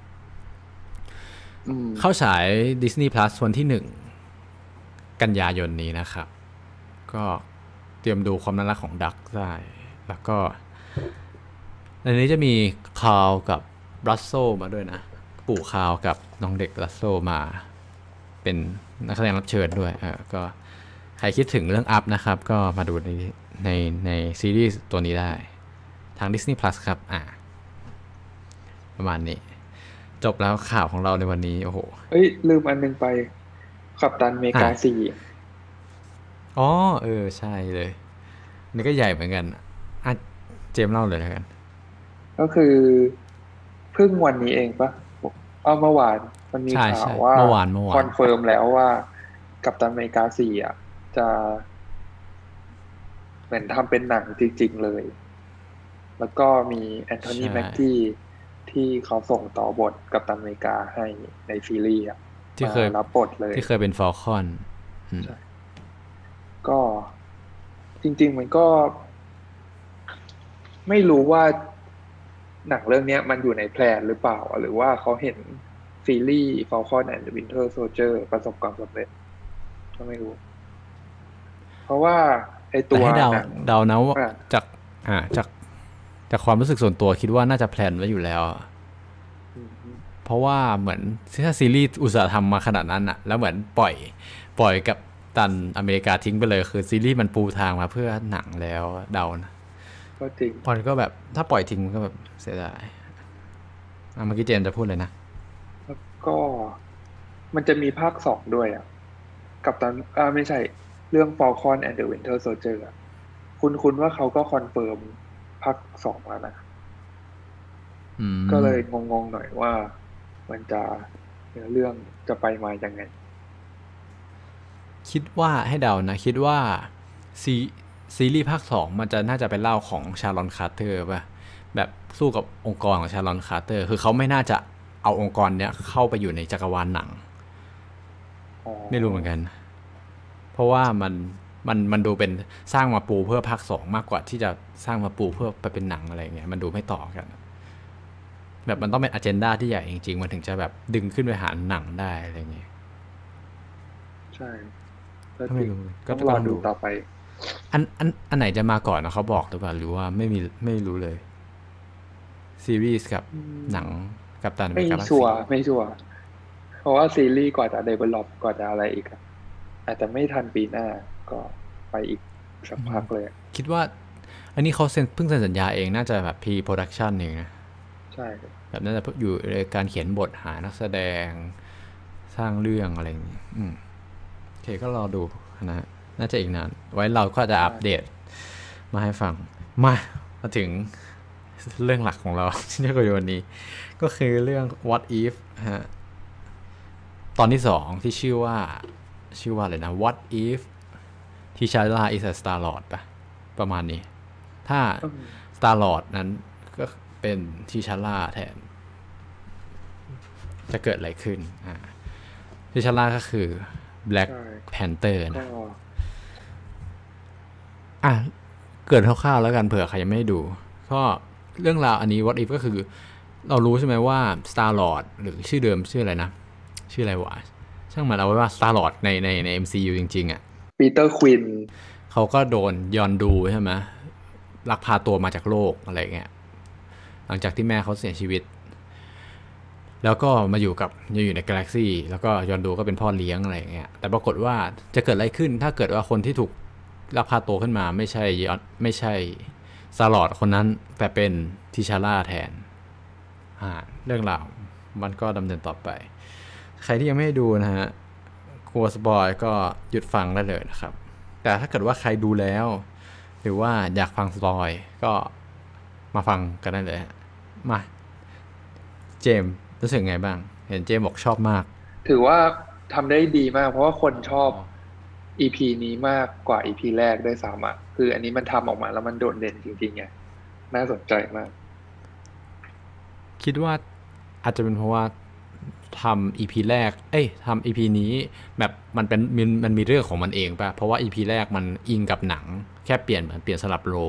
เข้าฉาย Disney Plus วันที่หนึ่งกันยายนนี้นะครับก็เตรียมดูความน่ารักของดักได้แล้วก็ในนี้จะมีคาวกับรัสโซมาด้วยนะปู่คาวกับน้องเด็กรัสโซมาเป็นนักแสดงรับเชิญด้วยเออก็ใครคิดถึงเรื่องอัพนะครับก็มาดูในในในซีรีส์ตัวนี้ได้ทาง Disney Plus ครับอ่าประมาณนี้จบแล้วข่าวของเราในวันนี้โอ้โหเอ้ยลืมอันนึงไปกัปตันอเมริกาสี่อ๋อเออใช่เลยนี่ก็ใหญ่เหมือนกันอ่ะเจมเล่าเลยแล้วกันก็คือเพิ่งวันนี้เองปะเอาเมื่อวานมันมีข่าวว่าเมื่อวานเมื่อวานคอนเฟิร์มแล้วว่ากัปตันอเมริกาสี่อ่ะจะเหมือนทำเป็นหนังจริงๆเลยแล้วก็มีแอนโทนีแม็กกี้ที่เขาส่งต่อบทกัปตันอเมริกาให้ในซีรีส์อ่ะที่เคยรับบทเลยที่เคยเป็นฟอลคอนก็จริงๆมันก็ไม่รู้ว่าหนังเรื่องนี้มันอยู่ในแพลนหรือเปล่าหรือว่าเขาเห็นซีรีส์ Falcon and the Winter Soldier ประสบความสำเร็จก็ไม่รู้เพราะว่าไอตัวเดาหนังเดานะว่าจากอ่าจากจากความรู้สึกส่วนตัวคิดว่าน่าจะแพลนไว้อยู่แล้วเพราะว่าเหมือนถ้าซีรีส์อุตสาหกรรมมาขนาดนั้นอะแล้วเหมือนปล่อยปล่อยกับตันอเมริกาทิ้งไปเลยคือซีรีส์มันปูทางมาเพื่อหนังแล้วเดานะก็จริงพอนก็แบบถ้าปล่อยทิ้งมันก็แบบเสียดายอ่ะเมื่อกี้เจมจะพูดเลยนะแล้วก็มันจะมีภาคสองด้วยอ่ะกับตอนอ่าไม่ใช่เรื่อง Falcon and the Winter Soldier อ่ะคุณคุณว่าเขาก็คอนเฟิร์มภาคสองแล้วนะก็เลยงงๆหน่อยว่ามันจะเรื่องจะไปมายังไงคิดว่าให้เดานะคิดว่าซีซีรีส์ภาคสองมันจะน่าจะเป็นเล่าของชาลอนคาร์เตอร์ป่ะแบบสู้กับองค์กรของชาลอนคาร์เตอร์คือเขาไม่น่าจะเอาองค์กรเนี้ยเข้าไปอยู่ในจักรวาลหนังไม่รู้เหมือนกันเพราะว่ามันมันมันดูเป็นสร้างมาปูเพื่อภาคสองมากกว่าที่จะสร้างมาปูเพื่อไปเป็นหนังอะไรเงี้ยมันดูไม่ต่อกันแบบมันต้องเป็นอเจนดาที่ใหญ่จริงๆมันถึงจะแบบดึงขึ้นไปหาหนังได้อะไรเงี้ยใช่ก็ไม่รู้ก็รอดูต่อไปอันอันอันไหนจะมาก่อนนะเขาบอกหรือเปล่าหรือว่าไม่มีไม่รู้เลยซีรีส์กับหนังกับตันไม่ชัวร์ไม่ชัวร์เพราะว่าซีรีส์กว่าจะเดเวลลอปกว่าจะอะไรอีกอาจจะไม่ทันปีหน้าก็ไปอีกสักพักเลยคิดว่าอันนี้เขาเซ็นเพิ่งเซ็นสัญญาเองน่าจะแบบพรีโปรดักชันเองนะใช่แบบน่าจะอยู่ในการเขียนบทหานักแสดงสร้างเรื่องอะไรอย่างนี้อืมโอเคก็รอดูนะน่าจะอีกนานไว้เราก็จะอัปเดตมาให้ฟังมามาถึงเรื่องหลักของเรา ที่จะคุยวันนี้ก็คือเรื่อง what if ฮะตอนที่สองที่ชื่อว่าชื่อว่าอะไรนะ what if T'Challa is a Star Lord ปะประมาณนี้ถ้า Star Lord นั้นก็เป็น T'Challa แทนจะเกิดอะไรขึ้นอ่า T'Challa ก็คือ Black Panther นะอ่ะเกิดคร่าวๆแล้วกันเผื่อใครยังไม่ได้ดูก็เรื่องราวอันนี้ what if ก็คือเรารู้ใช่ไหมว่า Star Lord หรือชื่อเดิมชื่ออะไรนะชื่ออะไรวะช่างมันเอาไว้ว่า Star Lord ในในใน เอ็ม ซี ยู จริงๆอ่ะปีเตอร์ควินเขาก็โดนยอนดูใช่ไหมลักพาตัวมาจากโลกอะไรเงี้ยหลังจากที่แม่เขาเสียชีวิตแล้วก็มาอยู่กับอยู่ในกาแล็กซี่แล้วก็ยอนดูก็เป็นพ่อเลี้ยงอะไรเงี้ยแต่ปรากฏว่าจะเกิดอะไรขึ้นถ้าเกิดว่าคนที่ถูกลักพาตัวขึ้นมาไม่ใช่ยอนไม่ใช่สลอดคนนั้นแต่เป็นทิชาร่าแทนอ่าเรื่องราวมันก็ดำเนินต่อไปใครที่ยังไม่ได้ดูนะฮะกลัวสปอยก็หยุดฟังได้เลยนะครับแต่ถ้าเกิดว่าใครดูแล้วหรือว่าอยากฟังสปอยก็มาฟังกันได้เลยมาเจมรู้สึกไงบ้างเห็นเจมบอกชอบมากถือว่าทำได้ดีมากเพราะว่าคนชอบ อี พี นี้มากกว่า อี พี แรกด้วยซ้ำอ่ะคืออันนี้มันทำออกมาแล้วมันโดดเด่นจริงๆไงน่าสนใจมากคิดว่าอาจจะเป็นเพราะว่าทำ อี พี แรกเอ้ยทำ อี พี นี้แบบมันเป็นมันมันมีเรื่องของมันเองป่ะเพราะว่า อี พี แรกมันอิงกับหนังแค่เปลี่ยนเหมือนเปลี่ยนสลับโร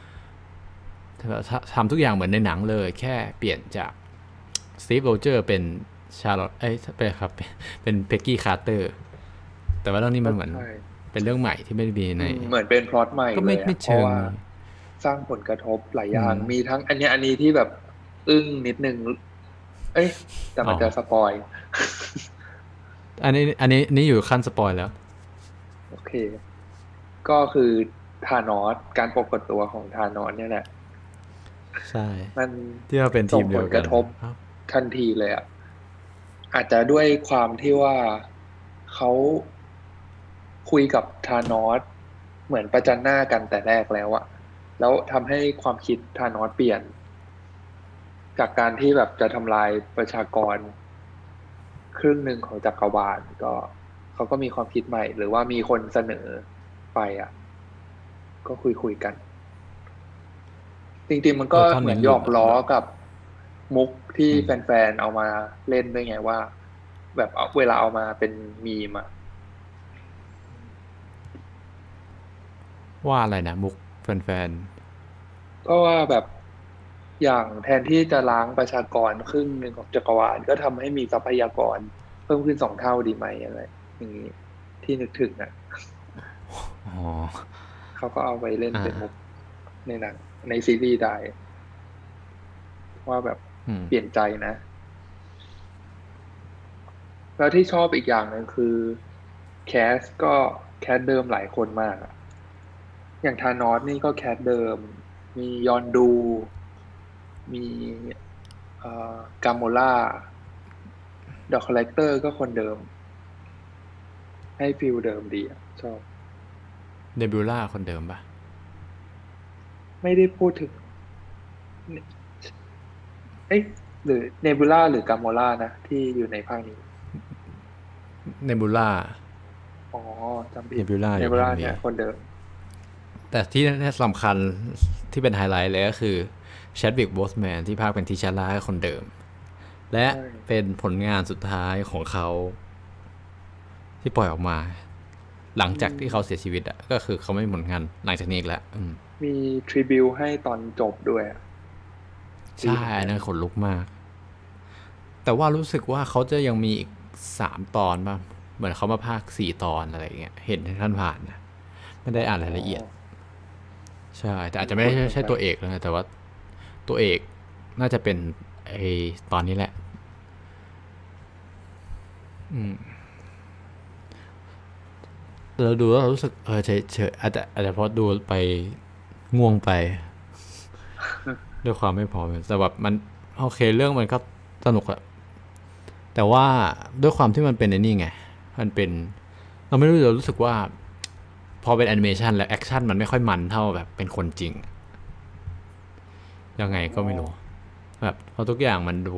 ทำทุกอย่างเหมือนในหนังเลยแค่เปลี่ยนจากสตีฟโรเจอร์เป็นชาร์ลอตเอ้ยเป็นครับเป็นเพ็กกี้คาร์เตอร์แต่ว่าเรื่องนี้มันเหมือนเป็นเรื่องใหม่ที่ไม่ได้มีในเหมือนเป็นพล็อตใหม่เลยเพราะว่าสร้างผลกระทบหลายอย่างมีทั้งอันนี้อันนี้ที่แบบอึ้งนิดนึงเอ้ยแต่มันจะสปอยอันนี้อันนี้นี่อยู่ขั้นสปอยแล้วโอเคก็คือธานอสการปรากฏตัวของธานอสเนี่ยแหละใช่มันที่ว่าเป็นทีมเดียวกันส่งผลกระทบทันทีเลยอ่ะอาจจะด้วยความที่ว่าเขาคุยกับธานอสเหมือนประจันหน้ากันแต่แรกแล้วอะแล้วทำให้ความคิดธานอสเปลี่ยนจากการที่แบบจะทำลายประชากรครึ่งหนึ่งของจักรวาลก็เขาก็มีความคิดใหม่หรือว่ามีคนเสนอไปอ่ะก็คุยคุยกันจริงๆมันก็เหมือนหยอกล้อกับมุกที่แฟนๆเอามาเล่นด้วยไงว่าแบบเวลาเอามาเป็นมีมอ่ะว่าอะไรนะมุกแฟนๆก็ว่าแบบอย่างแทนที่จะล้างประชากรครึ่งหนึ่งของจักรวาลก็ทำให้มีทรัพยากรเพิ่มขึ้นสองเท่าดีไหมอะไรอย่างนี้ที่นึกถึงอ่ะอ๋อเขาก็เอาไปเล่นเป็นมุกในหนังในซีรีส์ได้ว่าแบบเปลี่ยนใจนะแล้วที่ชอบอีกอย่างหนึ่งคือแคสก็แคสเดิมหลายคนมากอย่างธานอสนี่ก็แคสเดิมมียอนดูมีกาโมล่าดอกคอลเลกเตอร์ก็คนเดิมให้ฟิลเดิมดีอ่ะชอบเนบิวล่าคนเดิมปะไม่ได้พูดถึงเอ๊ะหรือเนบิวล่าหรือกาโมล่านะที่อยู่ในภาคนี้เนบิวล่าอ๋อจำผิดเนบิวล่าเนบิวล่าเนี่ยคนเดิมแต่ที่สำคัญที่เป็นไฮไลท์เลยก็คือแชดวิก โบสแมนที่ภาคเป็นทิชาร่าคนเดิมและเป็นผลงานสุดท้ายของเขาที่ปล่อยออกมาหลังจากที่เขาเสียชีวิตอ่ะก็คือเขาไม่มีผลงานหลังจากนี้อีกแล้วมีทริบิวให้ตอนจบด้วยใช่นั่นขนลุกมากแต่ว่ารู้สึกว่าเขาจะยังมีอีกสามตอนป่ะเหมือนเขามาภาคสี่ตอนอะไรเงี้ยเห็นท่านผ่านนะไม่ได้อ่านรายละเอียดใช่แต่อาจจะไม่ใช่ตัวเอกนะแต่ว่าตัวเอกน่าจะเป็นไอตอนนี้แหละอืมเราดูแล้วเรารู้สึกเออเฉยเฉยอาจจะอาจจะเพราะดูไปง่วงไปด้วยความไม่พอแต่แบบมันโอเคเรื่องมันก็สนุกอะแต่ว่าด้วยความที่มันเป็นไอ้นี่ไงมันเป็นเราไม่รู้เรารู้สึกว่าพอเป็นแอนิเมชันแล้วแอคชั่นมันไม่ค่อยมันเท่าแบบเป็นคนจริงยังไงก็ไม่รู้แบบเพราะทุกอย่างมันดู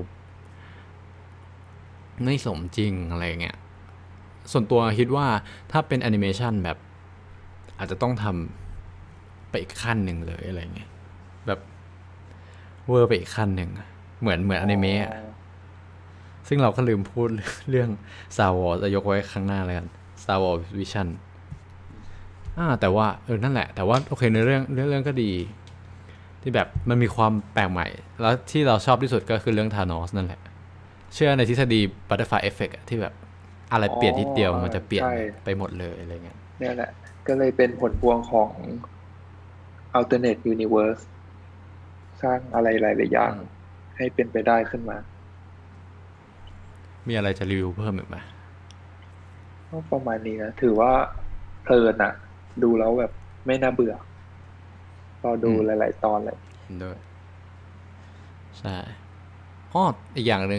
ไม่สมจริงอะไรเงี้ยส่วนตัวคิดว่าถ้าเป็นแอนิเมชันแบบอาจจะต้องทำไปอีกขั้นหนึ่งเลยอะไรเงี้ยแบบเวอร์ไปอีกขั้นหนึ่งเหมือนเหมือนอนิเมะซึ่งเราก็ลืมพูดเรื่อง Star Wars จะยกไว้ข้างหน้าเลยกัน Star Wars Vision อ่าแต่ว่าเออนั่นแหละแต่ว่าโอเคในเรื่องเรื่องเรื่องก็ดีที่แบบมันมีความแปลกใหม่แล้วที่เราชอบที่สุดก็คือเรื่องธานอสนั่นแหละเชื่อในทฤษฎี Butterfly Effect อะที่แบบอะไรเปลี่ยนนิดเดียวมันจะเปลี่ยนไปหมดเลยอะไรเงี้ยเนี่ยแหละก็เลยเป็นผลพวงของ alternate universe สร้างอะไรหลายๆอย่างให้เป็นไปได้ขึ้นมามีอะไรจะรีวิวเพิ่มอีกไหมก็ประมาณนี้นะถือว่าเพลินอะดูแล้วแบบไม่น่าเบื่อพอดูหลายๆตอนเลยด้วยใช่อ้ออีกอย่างหนึ่ง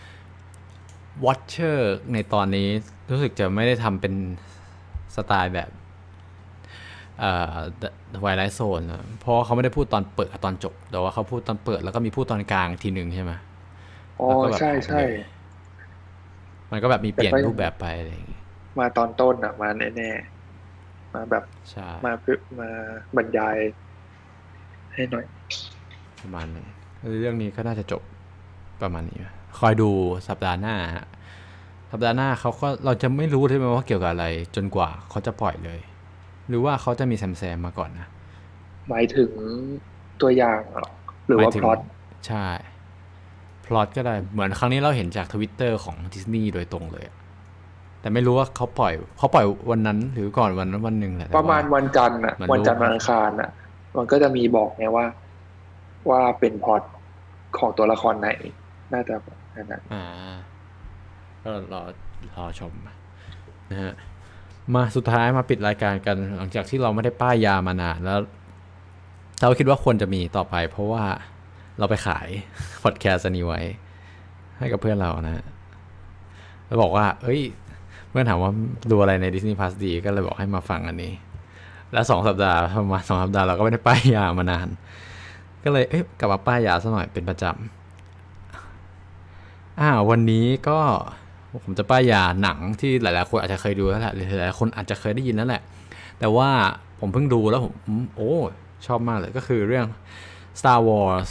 Watcher ในตอนนี้รู้สึกจะไม่ได้ทำเป็นสไตล์แบบเอ่อ Twilight Zone นะเพราะเขาไม่ได้พูดตอนเปิดกับตอนจบแต่ว่าเขาพูดตอนเปิดแล้วก็มีพูดตอนกลางทีหนึ่งใช่ไหมอ๋อแล้วก็แบบใช่หายไปใช่เลยมันก็แบบมีเปลี่ยนแต่ก็ยังรูปแบบไปอะไรอย่างงี้มาตอนต้นอะมาแน่ๆมาแบบใช่มาเพื่อมาบรรยายให้หน่อยประมาณนึงเรื่องนี้ก็น่าจะจบประมาณนี้คอยดูสัปดาห์หน้าฮะสัปดาห์หน้าเขาก็เราจะไม่รู้ใช่ไหมว่าเกี่ยวกับอะไรจนกว่าเขาจะปล่อยเลยหรือว่าเขาจะมีแซมแซมมาก่อนนะหมายถึงตัวอย่างเหรอหรือหมายถึงว่าพล็อตใช่พล็อตก็ได้เหมือนครั้งนี้เราเห็นจากทวิตเตอร์ของดิสนีย์โดยตรงเลยแต่ไม่รู้ว่าเขาปล่อยเขาปล่อยวันนั้นหรือก่อนวันนั้นวันหนึ่งแหละปแต่ว่าระมาณวันจันทร์อะมันรู้วันจันทร์วันอังคารอะมันก็จะมีบอกไงว่าว่าเป็นพล็อตของตัวละครไหนน่าจะแบบนั้นอ่าก็รอรอชมนะฮะมาสุดท้ายมาปิดรายการกันหลังจากที่เราไม่ได้ป้ายยามานานแล้วเราคิดว่าควรจะมีต่อไปเพราะว่าเราไปขายพอดแคสต์นี้ไว้ให้กับเพื่อนเรานะฮะแล้วบอกว่าเอ้ยเพื่อนถามว่าดูอะไรใน Disney Plus ดีก็เลยบอกให้มาฟังอันนี้แล้วสองสัปดาห์ประมาณสองสัปดาห์เราก็ไม่ได้ป้ายยามานานก็เลยเอ๊ะกลับมาป้ายยาซะหน่อยเป็นประจำอ่าวันนี้ก็ผมจะป้ายยาหนังที่หลายๆคนอาจจะเคยดูแล้วแหละหรือหลายๆคนอาจจะเคยได้ยินแล้วแหละแต่ว่าผมเพิ่งดูแล้วผมโอ้ชอบมากเลยก็คือเรื่อง Star Wars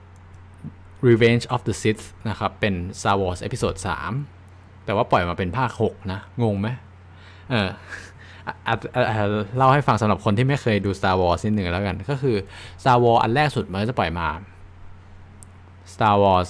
Revenge of the Sith นะครับเป็น Star Wars เอพิโซดสามแต่ว่าปล่อยมาเป็นภาคหกนะงงไหมเออเล่าให้ฟังสำหรับคนที่ไม่เคยดู Star Wars นิดหนึ่งแล้วกันก็คือ Star Wars อันแรกสุดมันจะปล่อยมา Star Wars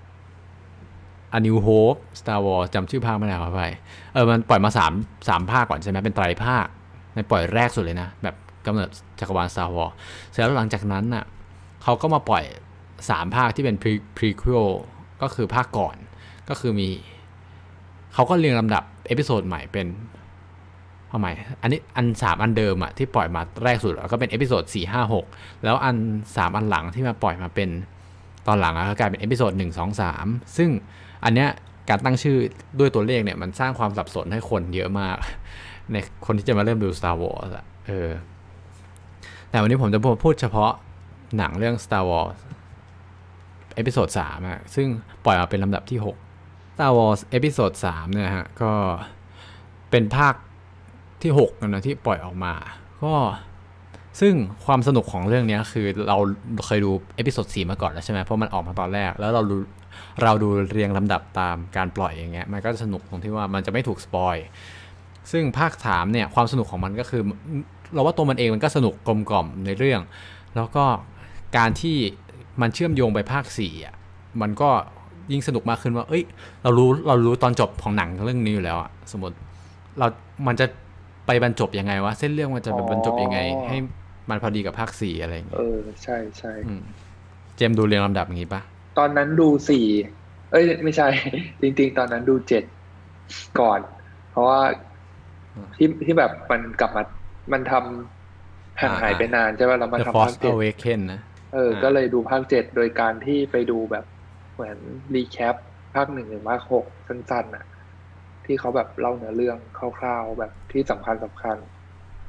A New Hope Star Wars จำชื่อภาคไม่ได้ขอไปเออมันปล่อยมา3 3ภาคก่อนใช่ไหมเป็นไตรภาคในปล่อยแรกสุดเลยนะแบบกำเนิดจักรวาล Star Wars เสร็จแล้วหลังจากนั้นน่ะเขาก็มาปล่อยสามภาคที่เป็น prequel ก็คือภาคก่อนก็คือมีเขาก็เรียงลำดับเอพิโซดใหม่เป็นเอาใหม่อันนี้อันสามอันเดิมอะที่ปล่อยมาแรกสุดก็เป็นเอพิโซดสี่ ห้า หกแล้วอันสามอันหลังที่มาปล่อยมาเป็นตอนหลังก็กลายเป็นเอพิโซดหนึ่ง สอง สามซึ่งอันเนี้ยการตั้งชื่อด้วยตัวเลขเนี่ยมันสร้างความสับสนให้คนเยอะมากในคนที่จะมาเริ่มดู Star Wars อะเออแต่วันนี้ผมจะพูดเฉพาะหนังเรื่อง Star Wars เอพิโซดสามอะซึ่งปล่อยมาเป็นลำดับที่หก Star Wars เอพิโซดสามเนี่ยฮะก็เป็นภาคที่หกนะที่ปล่อยออกมาก็ซึ่งความสนุกของเรื่องนี้คือเราเคยดูเอพิโซดสี่มาก่อนแล้วใช่ไหมเพราะมันออกมาตอนแรกแล้วเราดูเราดูเรียงลำดับตามการปล่อยอย่างเงี้ยมันก็สนุกตรงที่ว่ามันจะไม่ถูกสปอยซึ่งภาคสามเนี่ยความสนุกของมันก็คือเราว่าตัวมันเองมันก็สนุกกลมกล่อมในเรื่องแล้วก็การที่มันเชื่อมโยงไปภาคสี่อ่ะมันก็ยิ่งสนุกมากขึ้นว่าเอ้ยเรารู้เรารู้ตอนจบของหนังเรื่องนี้อยู่แล้วอ่ะสมมติเรามันจะไปบรรจบยังไงวะเส้นเรื่องมันจะบรรจบยังไงให้มันพอดีกับภาคสี่อะไรอย่างเงี้เอยอใช่ใช่เจมดูเรียงลำดับอย่างงี้ปะตอนนั้นดูสี่เอ้ยไม่ใช่ จริงๆตอนนั้นดูเจ็ดก่อน เพราะว่าที่ที่แบบมันกลับมามันทำห่างหายไปนานใช่ไหมแล้วมา The ทำภาค Force เจ็ด Awakens นะเออก็เลยดูภาคเจ็ดโดยการที่ไปดูแบบเหมือนรีแคปภาคหนึ่งถึงภาคหกสั้นๆน่ะที่เขาแบบเล่าเนื้อเรื่องคร่าวๆแบบที่สำคัญสำคัญ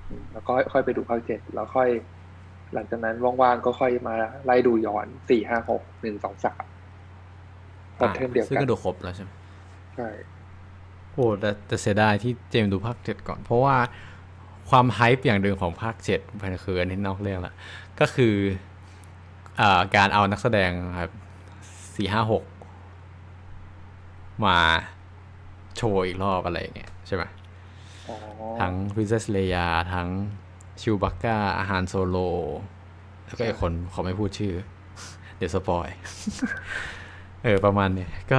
อืมแล้วก็ค่อยไปดูภาคเจ็ดแล้วค่อยหลังจากนั้นว่างๆก็ค่อยมาไล่ดูย้อนสี่ห้าหกหนึ่งสองสามแพทอ่าเทิร์นเดียวกันซึ่งก็ดูครบแล้วใช่ไหมใช่โอ้แต่แต่เสียดายที่เจมส์ดูภาคเจ็ดก่อนเพราะว่าความไฮป์อย่างหนึ่งของภาคเจ็ดมันคืออันนี้นอกเรื่องละก็คืออ่าการเอานักแสดงครับสี่ห้าหกมาโชว์อีกรอบอะไรอย่างเงี้ยใช่ไหมอ๋อทั้ง Princess Leia ทั้งชิวบักก้าอาหารโซโลแล้วก็ใช่อีกคนขอไม่พูดชื่อเดี๋ยวสปอยเออประมาณนี้ก็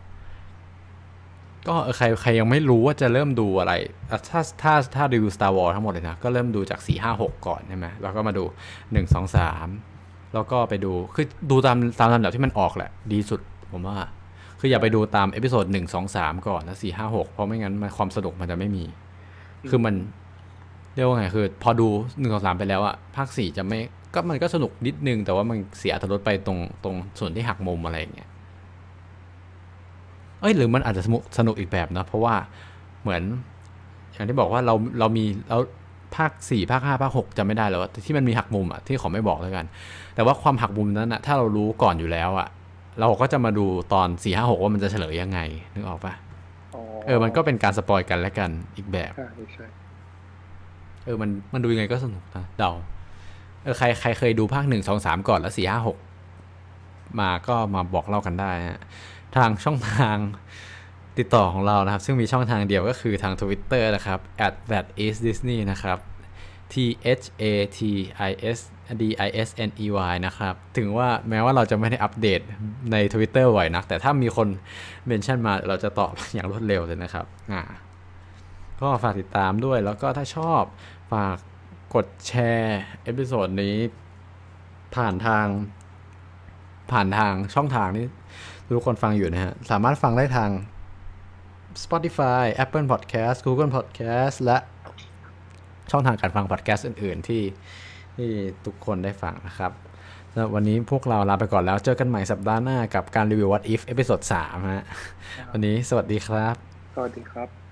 ก็ใครใครยังไม่รู้ว่าจะเริ่มดูอะไรอ่ะถ้าถ้าถ้ารีวิว Star Wars ทั้งหมดเลยนะก็เริ่มดูจากสี่ห้าหกก่อนใช่ไหมแล้วก็มาดูหนึ่งสองสามแล้วก็ไปดูคือดูตามตามลำดับที่มันออกแหละดีสุดผมว่าคืออย่าไปดูตามเอพิโซดหนึ่งสองสามก่อนแล้วสี่ห้าหกเพราะไม่งั้นมันความสนุกมันจะไม่มีคือมัน เรียกว่าไงคือพอดูหนึ่งสองสามไปแล้วอะภาคสี่จะไม่ก็มันก็สนุกนิดนึงแต่ว่ามันเสียอรรถรสไปตรงตรงส่วนที่หักมุมอะไรอย่างเงี้ยเอ้ยหรือมันอาจจะสนุกสนุกอีกแบบนะเพราะว่าเหมือนอย่างที่บอกว่าเราเรามีแล้วภาคสี่ภาคห้าภาคหกจะไม่ได้แล้วอะที่มันมีหักมุมอะที่ขอไม่บอกแล้วกันแต่ว่าความหักมุมนั้นอะถ้าเรารู้ก่อนอยู่แล้วอะเราก็จะมาดูตอนสี่ห้าหกว่ามันจะเฉลยยังไงนึกออกปะอ๋อเออมันก็เป็นการสปอยกันและกันอีกแบบใช่ใช่เออมันมันดูยังไงก็สนุกนะเดา เออใครใครเคยดูภาคหนึ่งสองสามก่อนแล้วสี่ห้าหกมาก็มาบอกเล่ากันได้ฮะทางช่องทางติดต่อของเรานะครับซึ่งมีช่องทางเดียวก็คือทาง Twitter นะครับ at that is disney นะครับ t h a t i s d i s n e y นะครับถึงว่าแม้ว่าเราจะไม่ได้อัปเดตใน Twitter บ่อยนักแต่ถ้ามีคนเมนชั่นมาเราจะตอบอย่างรวดเร็วเลยนะครับอ่าก็ฝากติดตามด้วยแล้วก็ถ้าชอบฝาก กดแชร์เอพิโซดนี้ผ่านทางผ่านทางช่องทางที่ทุกคนฟังอยู่นะฮะสามารถฟังได้ทาง Spotify Apple Podcast Google Podcast และช่องทางการฟัง podcast อื่นๆที่ที่ทุกคนได้ฟังนะครับสำหรับวันนี้พวกเราลาไปก่อนแล้วเจอกันใหม่สัปดาห์หน้ากับการรีวิว What If เอพิโซดสามฮะวันนี้สวัสดีครับสวัสดีครับ